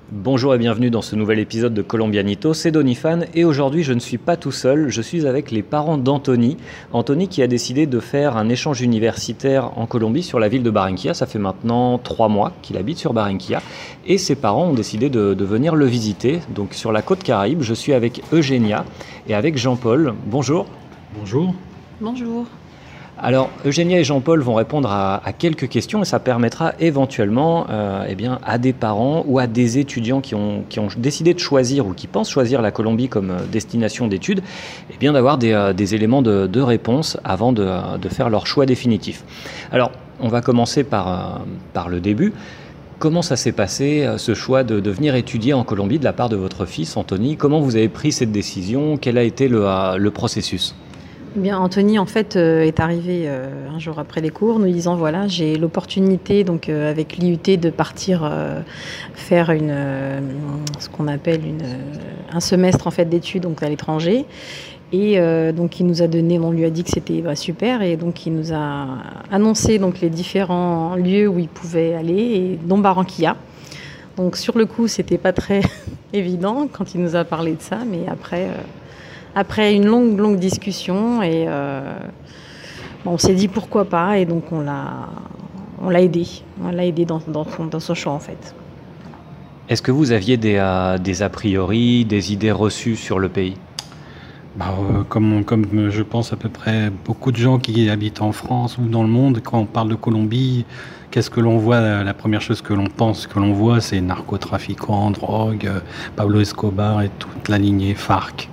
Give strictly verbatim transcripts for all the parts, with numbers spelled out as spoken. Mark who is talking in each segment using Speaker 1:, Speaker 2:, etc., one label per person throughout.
Speaker 1: Bonjour et bienvenue dans ce nouvel épisode de Colombianito, c'est Donifan et aujourd'hui je ne suis pas tout seul, je suis avec les parents d'Anthony. Anthony qui a décidé de faire un échange universitaire en Colombie sur la ville de Barranquilla, ça fait maintenant trois mois qu'il habite sur Barranquilla et ses parents ont décidé de, de venir le visiter. Donc sur la côte Caraïbe, je suis avec Eugénia et avec Jean-Paul. Bonjour.
Speaker 2: Bonjour.
Speaker 3: Bonjour.
Speaker 1: Alors, Eugénia et Jean-Paul vont répondre à, à quelques questions et ça permettra éventuellement euh, eh bien, à des parents ou à des étudiants qui ont, qui ont décidé de choisir ou qui pensent choisir la Colombie comme destination d'études, eh bien, d'avoir des, euh, des éléments de, de réponse avant de, de faire leur choix définitif. Alors, on va commencer par, euh, par le début. Comment ça s'est passé, ce choix de, de venir étudier en Colombie de la part de votre fils, Anthony? Comment vous avez pris cette décision? Quel a été le, euh, le processus?
Speaker 3: Eh bien, Anthony, en fait, euh, est arrivé euh, un jour après les cours, nous disant voilà, j'ai l'opportunité, donc euh, avec l'I U T, de partir euh, faire une, euh, ce qu'on appelle une, euh, un semestre en fait d'études donc à l'étranger. Et euh, donc, il nous a donné, on lui a dit que c'était bah, super, et donc il nous a annoncé donc les différents lieux où il pouvait aller, et dont Barranquilla. Donc, sur le coup, c'était pas très évident quand il nous a parlé de ça, mais après. Euh, Après une longue, longue discussion, et euh, bon, on s'est dit pourquoi pas, et donc on l'a, on l'a aidé, on l'a aidé dans, dans, son, dans son choix en fait.
Speaker 1: Est-ce que vous aviez des, euh, des a priori, des idées reçues sur le pays?
Speaker 2: Bah, euh, comme, comme je pense à peu près beaucoup de gens qui habitent en France ou dans le monde, quand on parle de Colombie, qu'est-ce que l'on voit? La première chose que l'on pense, que l'on voit, c'est narcotrafiquants, drogue, euh, Pablo Escobar et toute la lignée FARC.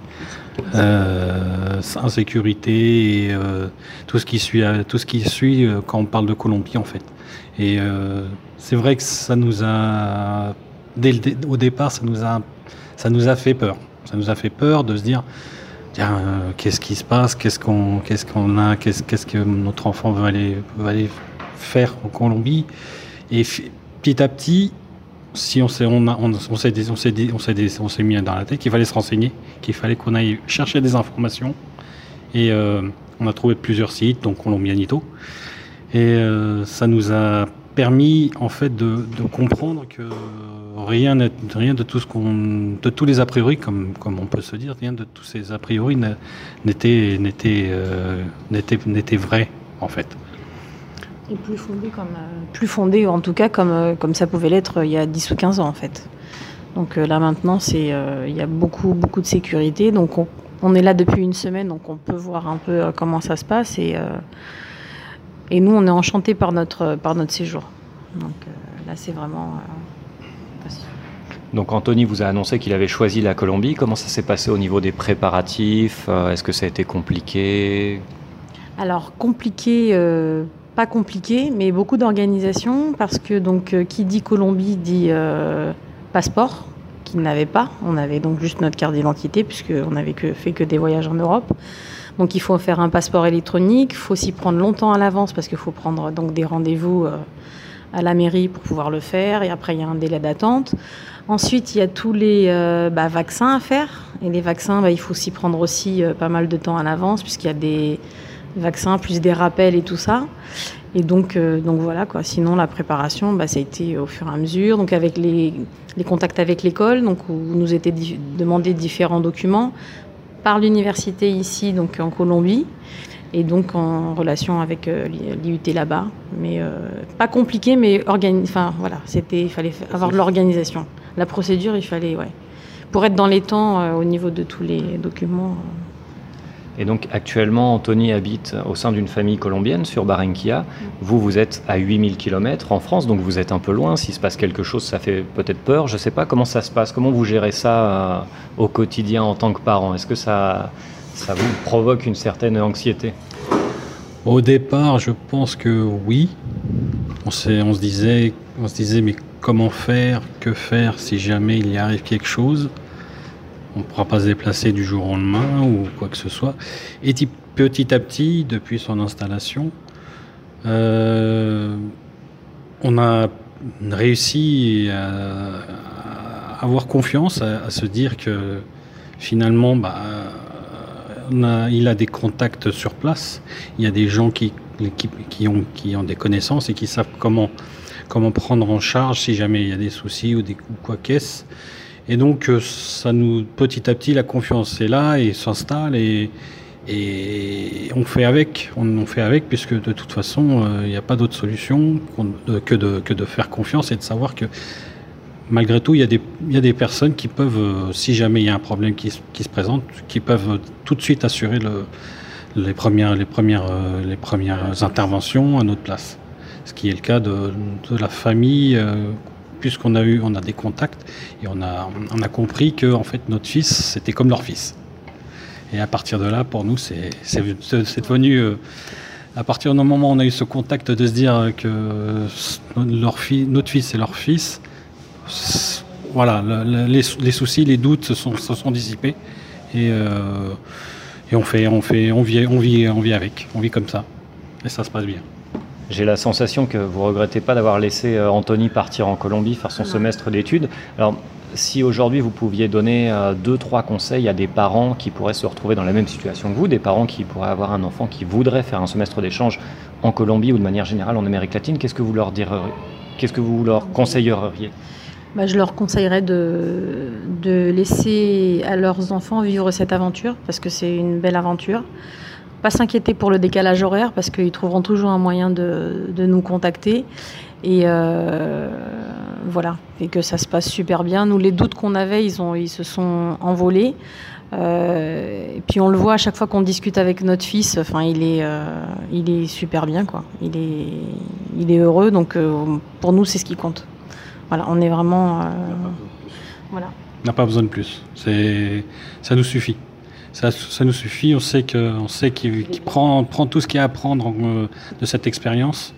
Speaker 2: Euh, insécurité et euh, tout ce qui suit, tout ce qui suit euh, quand on parle de Colombie en fait. Et euh, c'est vrai que ça nous a, dès le dé, au départ, ça nous a, ça nous a fait peur. Ça nous a fait peur de se dire, tiens, euh, qu'est-ce qui se passe, qu'est-ce qu'on, qu'est-ce qu'on a, qu'est-ce, qu'est-ce que notre enfant va aller, va aller faire en Colombie. Et f- petit à petit. Si on s'est, on, a, on, on, s'est, on, s'est, on, s'est, on s'est mis dans la tête qu'il fallait se renseigner, qu'il fallait qu'on aille chercher des informations. Et euh, on a trouvé plusieurs sites, donc Colombianito. Et euh, ça nous a permis en fait de, de comprendre que rien, rien de tout ce qu'on, de tous les a priori, comme, comme on peut se dire, rien de tous ces a priori n'était, n'était, euh, n'était, n'était vrai en fait.
Speaker 3: Et plus fondé, comme, euh, plus fondé en tout cas comme, euh, comme ça pouvait l'être euh, il y a dix ou quinze ans en fait. Donc euh, là maintenant c'est, euh, il y a beaucoup, beaucoup de sécurité, donc on, on est là depuis une semaine, donc on peut voir un peu euh, comment ça se passe, et, euh, et nous on est enchantés par notre, par notre séjour. Donc euh, là c'est vraiment euh, facile.
Speaker 1: Donc Anthony vous a annoncé qu'il avait choisi la Colombie. Comment ça s'est passé au niveau des préparatifs? Est-ce que ça a été compliqué?
Speaker 3: Alors compliqué, euh, pas compliqué, mais beaucoup d'organisation, parce que donc euh, qui dit Colombie dit euh, passeport, qu'il n'avait pas. On avait donc juste notre carte d'identité, puisqu'on n'avait que, fait que des voyages en Europe. Donc il faut faire un passeport électronique, il faut s'y prendre longtemps à l'avance, parce qu'il faut prendre donc des rendez-vous euh, à la mairie pour pouvoir le faire, et après il y a un délai d'attente. Ensuite, il y a tous les euh, bah, vaccins à faire, et les vaccins, bah, il faut s'y prendre aussi euh, pas mal de temps à l'avance, puisqu'il y a des vaccins plus des rappels et tout ça. Et donc, euh, donc voilà quoi. Sinon, la préparation, bah, ça a été au fur et à mesure. Donc avec les, les contacts avec l'école, donc où nous étaient di- demandés différents documents par l'université ici, donc en Colombie, et donc en relation avec euh, l'I U T là-bas. Mais euh, pas compliqué, mais organi- enfin voilà, c'était, il fallait avoir de l'organisation. La procédure, il fallait, ouais, pour être dans les temps euh, au niveau de tous les documents. Euh,
Speaker 1: Et donc actuellement, Anthony habite au sein d'une famille colombienne sur Barranquilla. Vous, vous êtes à huit mille kilomètres en France, donc vous êtes un peu loin. S'il se passe quelque chose, ça fait peut-être peur. Je ne sais pas comment ça se passe. Comment vous gérez ça euh, au quotidien en tant que parent? Est-ce que ça, ça vous provoque une certaine anxiété?
Speaker 2: Au départ, je pense que oui. On, s'est, on, se disait, on se disait, mais comment faire, que faire si jamais il y arrive quelque chose? On ne pourra pas se déplacer du jour au lendemain ou quoi que ce soit. Et petit à petit, depuis son installation, euh, on a réussi à, à avoir confiance, à, à se dire que finalement, bah, on a, il a des contacts sur place. Il y a des gens qui, qui, qui, ont, qui ont des connaissances et qui savent comment, comment prendre en charge si jamais il y a des soucis ou, des, ou quoi qu'est-ce. Et donc, ça nous, petit à petit, la confiance est là et s'installe et, et on fait avec, on, on fait avec puisque de toute façon, il n'y a pas d'autre solution que de, que de faire confiance et de savoir que malgré tout, il y a des, il y a des personnes qui peuvent, si jamais il y a un problème qui, qui se présente, qui peuvent tout de suite assurer le, les, premières, les, premières, les premières interventions à notre place. Ce qui est le cas de, de la famille, euh, puisqu'on a eu, on a des contacts et on a, on a compris que en fait notre fils c'était comme leur fils. Et à partir de là, pour nous, c'est, c'est, c'est devenu euh, à partir du moment où on a eu ce contact de se dire que leur fille, notre fils c'est leur fils, voilà, le, les, les soucis, les doutes se sont, se sont dissipés et, euh, et on fait, on fait, on vit, on vit, on vit avec, on vit comme ça et ça se passe bien.
Speaker 1: J'ai la sensation que vous ne regrettez pas d'avoir laissé Anthony partir en Colombie, faire son non. semestre d'études. Alors, si aujourd'hui vous pouviez donner euh, deux, trois conseils à des parents qui pourraient se retrouver dans la même situation que vous, des parents qui pourraient avoir un enfant qui voudrait faire un semestre d'échange en Colombie ou de manière générale en Amérique latine, qu'est-ce que vous leur diriez, qu'est-ce que vous leur conseilleriez ?
Speaker 3: Bah, je leur conseillerais de, de laisser à leurs enfants vivre cette aventure parce que c'est une belle aventure. Pas s'inquiéter pour le décalage horaire parce qu'ils trouveront toujours un moyen de, de nous contacter et euh, voilà, et que ça se passe super bien. Nous, les doutes qu'on avait, ils, ont, ils se sont envolés euh, et puis on le voit à chaque fois qu'on discute avec notre fils, enfin, il est, euh, il est super bien, quoi. Il est, il est heureux, donc euh, pour nous c'est ce qui compte. Voilà, on est vraiment... Euh, voilà.
Speaker 2: On n'a pas besoin de plus, c'est, ça nous suffit. Ça, ça nous suffit, on sait, que, on sait qu'il, qu'il prend, prend tout ce qu'il y a à apprendre euh, de cette expérience.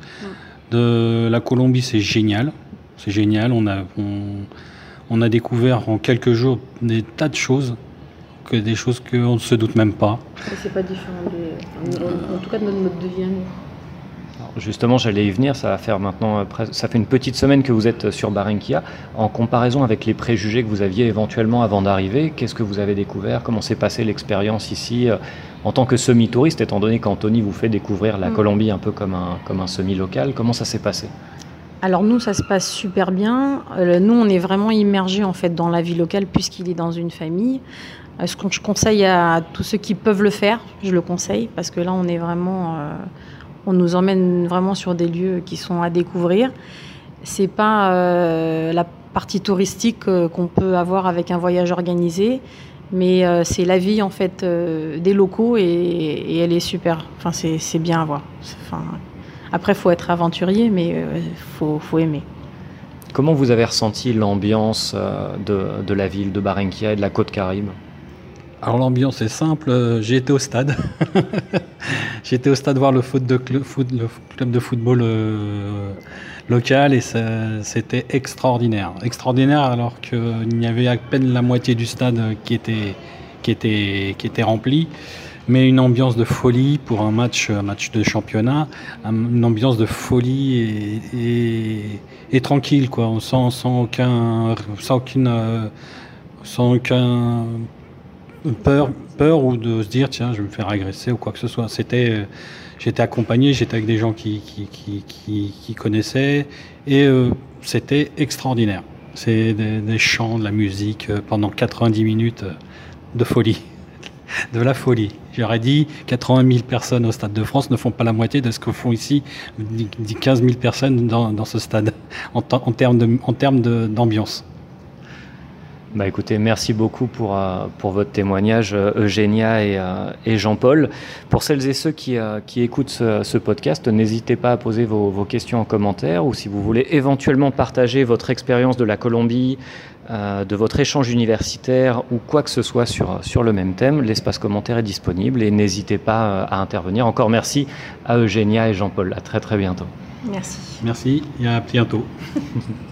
Speaker 2: De la Colombie, c'est génial. C'est génial. On a, on, on a découvert en quelques jours des tas de choses, que des choses qu'on ne se doute même pas.
Speaker 3: Mais c'est pas différent, des, en, en tout cas de notre mode de vie à nous.
Speaker 1: Justement, j'allais y venir, ça va faire maintenant, ça fait une petite semaine que vous êtes sur Barranquilla. En comparaison avec les préjugés que vous aviez éventuellement avant d'arriver, qu'est-ce que vous avez découvert ? Comment s'est passée l'expérience ici en tant que semi-touriste, étant donné qu'Anthony vous fait découvrir la mmh. Colombie un peu comme un, comme un semi-local ? Comment ça s'est passé ?
Speaker 3: Alors nous, ça se passe super bien. Euh, nous, on est vraiment immergés en fait dans la vie locale puisqu'il est dans une famille. Euh, ce que je conseille à tous ceux qui peuvent le faire, je le conseille parce que là, on est vraiment... Euh, On nous emmène vraiment sur des lieux qui sont à découvrir. C'est pas euh, la partie touristique euh, qu'on peut avoir avec un voyage organisé, mais euh, c'est la vie en fait euh, des locaux et, et elle est super. Enfin, c'est, c'est bien à voir. Enfin, après, faut être aventurier, mais euh, faut, faut aimer.
Speaker 1: Comment vous avez ressenti l'ambiance euh, de, de la ville de Barranquilla et de la Côte Caraïbe ?
Speaker 2: Alors l'ambiance est simple, j'ai été au stade. J'ai été au stade voir le, foot de cl- foot, le club de football euh, local et ça, c'était extraordinaire. Extraordinaire alors qu'il y avait à peine la moitié du stade qui était, qui était, qui était rempli. Mais une ambiance de folie pour un match, un match de championnat, une ambiance de folie et, et, et tranquille, quoi. On sent, sans aucun, sans aucune, sans aucun peur, peur ou de se dire tiens je vais me faire agresser ou quoi que ce soit. C'était, euh, j'étais accompagné, j'étais avec des gens qui, qui, qui, qui, qui connaissaient et euh, c'était extraordinaire. C'est des, des chants, de la musique euh, pendant quatre-vingt-dix minutes euh, de folie, de la folie. J'aurais dit quatre-vingt mille personnes au Stade de France ne font pas la moitié de ce que font ici quinze mille personnes dans, dans ce stade en, en termes de, en termes de, d'ambiance.
Speaker 1: Bah écoutez, merci beaucoup pour, euh, pour votre témoignage, euh, Eugénia et, euh, et Jean-Paul. Pour celles et ceux qui, euh, qui écoutent ce, ce podcast, n'hésitez pas à poser vos, vos questions en commentaire ou si vous voulez éventuellement partager votre expérience de la Colombie, euh, de votre échange universitaire ou quoi que ce soit sur, sur le même thème, l'espace commentaire est disponible et n'hésitez pas euh, à intervenir. Encore merci à Eugénia et Jean-Paul. À très très bientôt.
Speaker 3: Merci.
Speaker 2: Merci et à bientôt.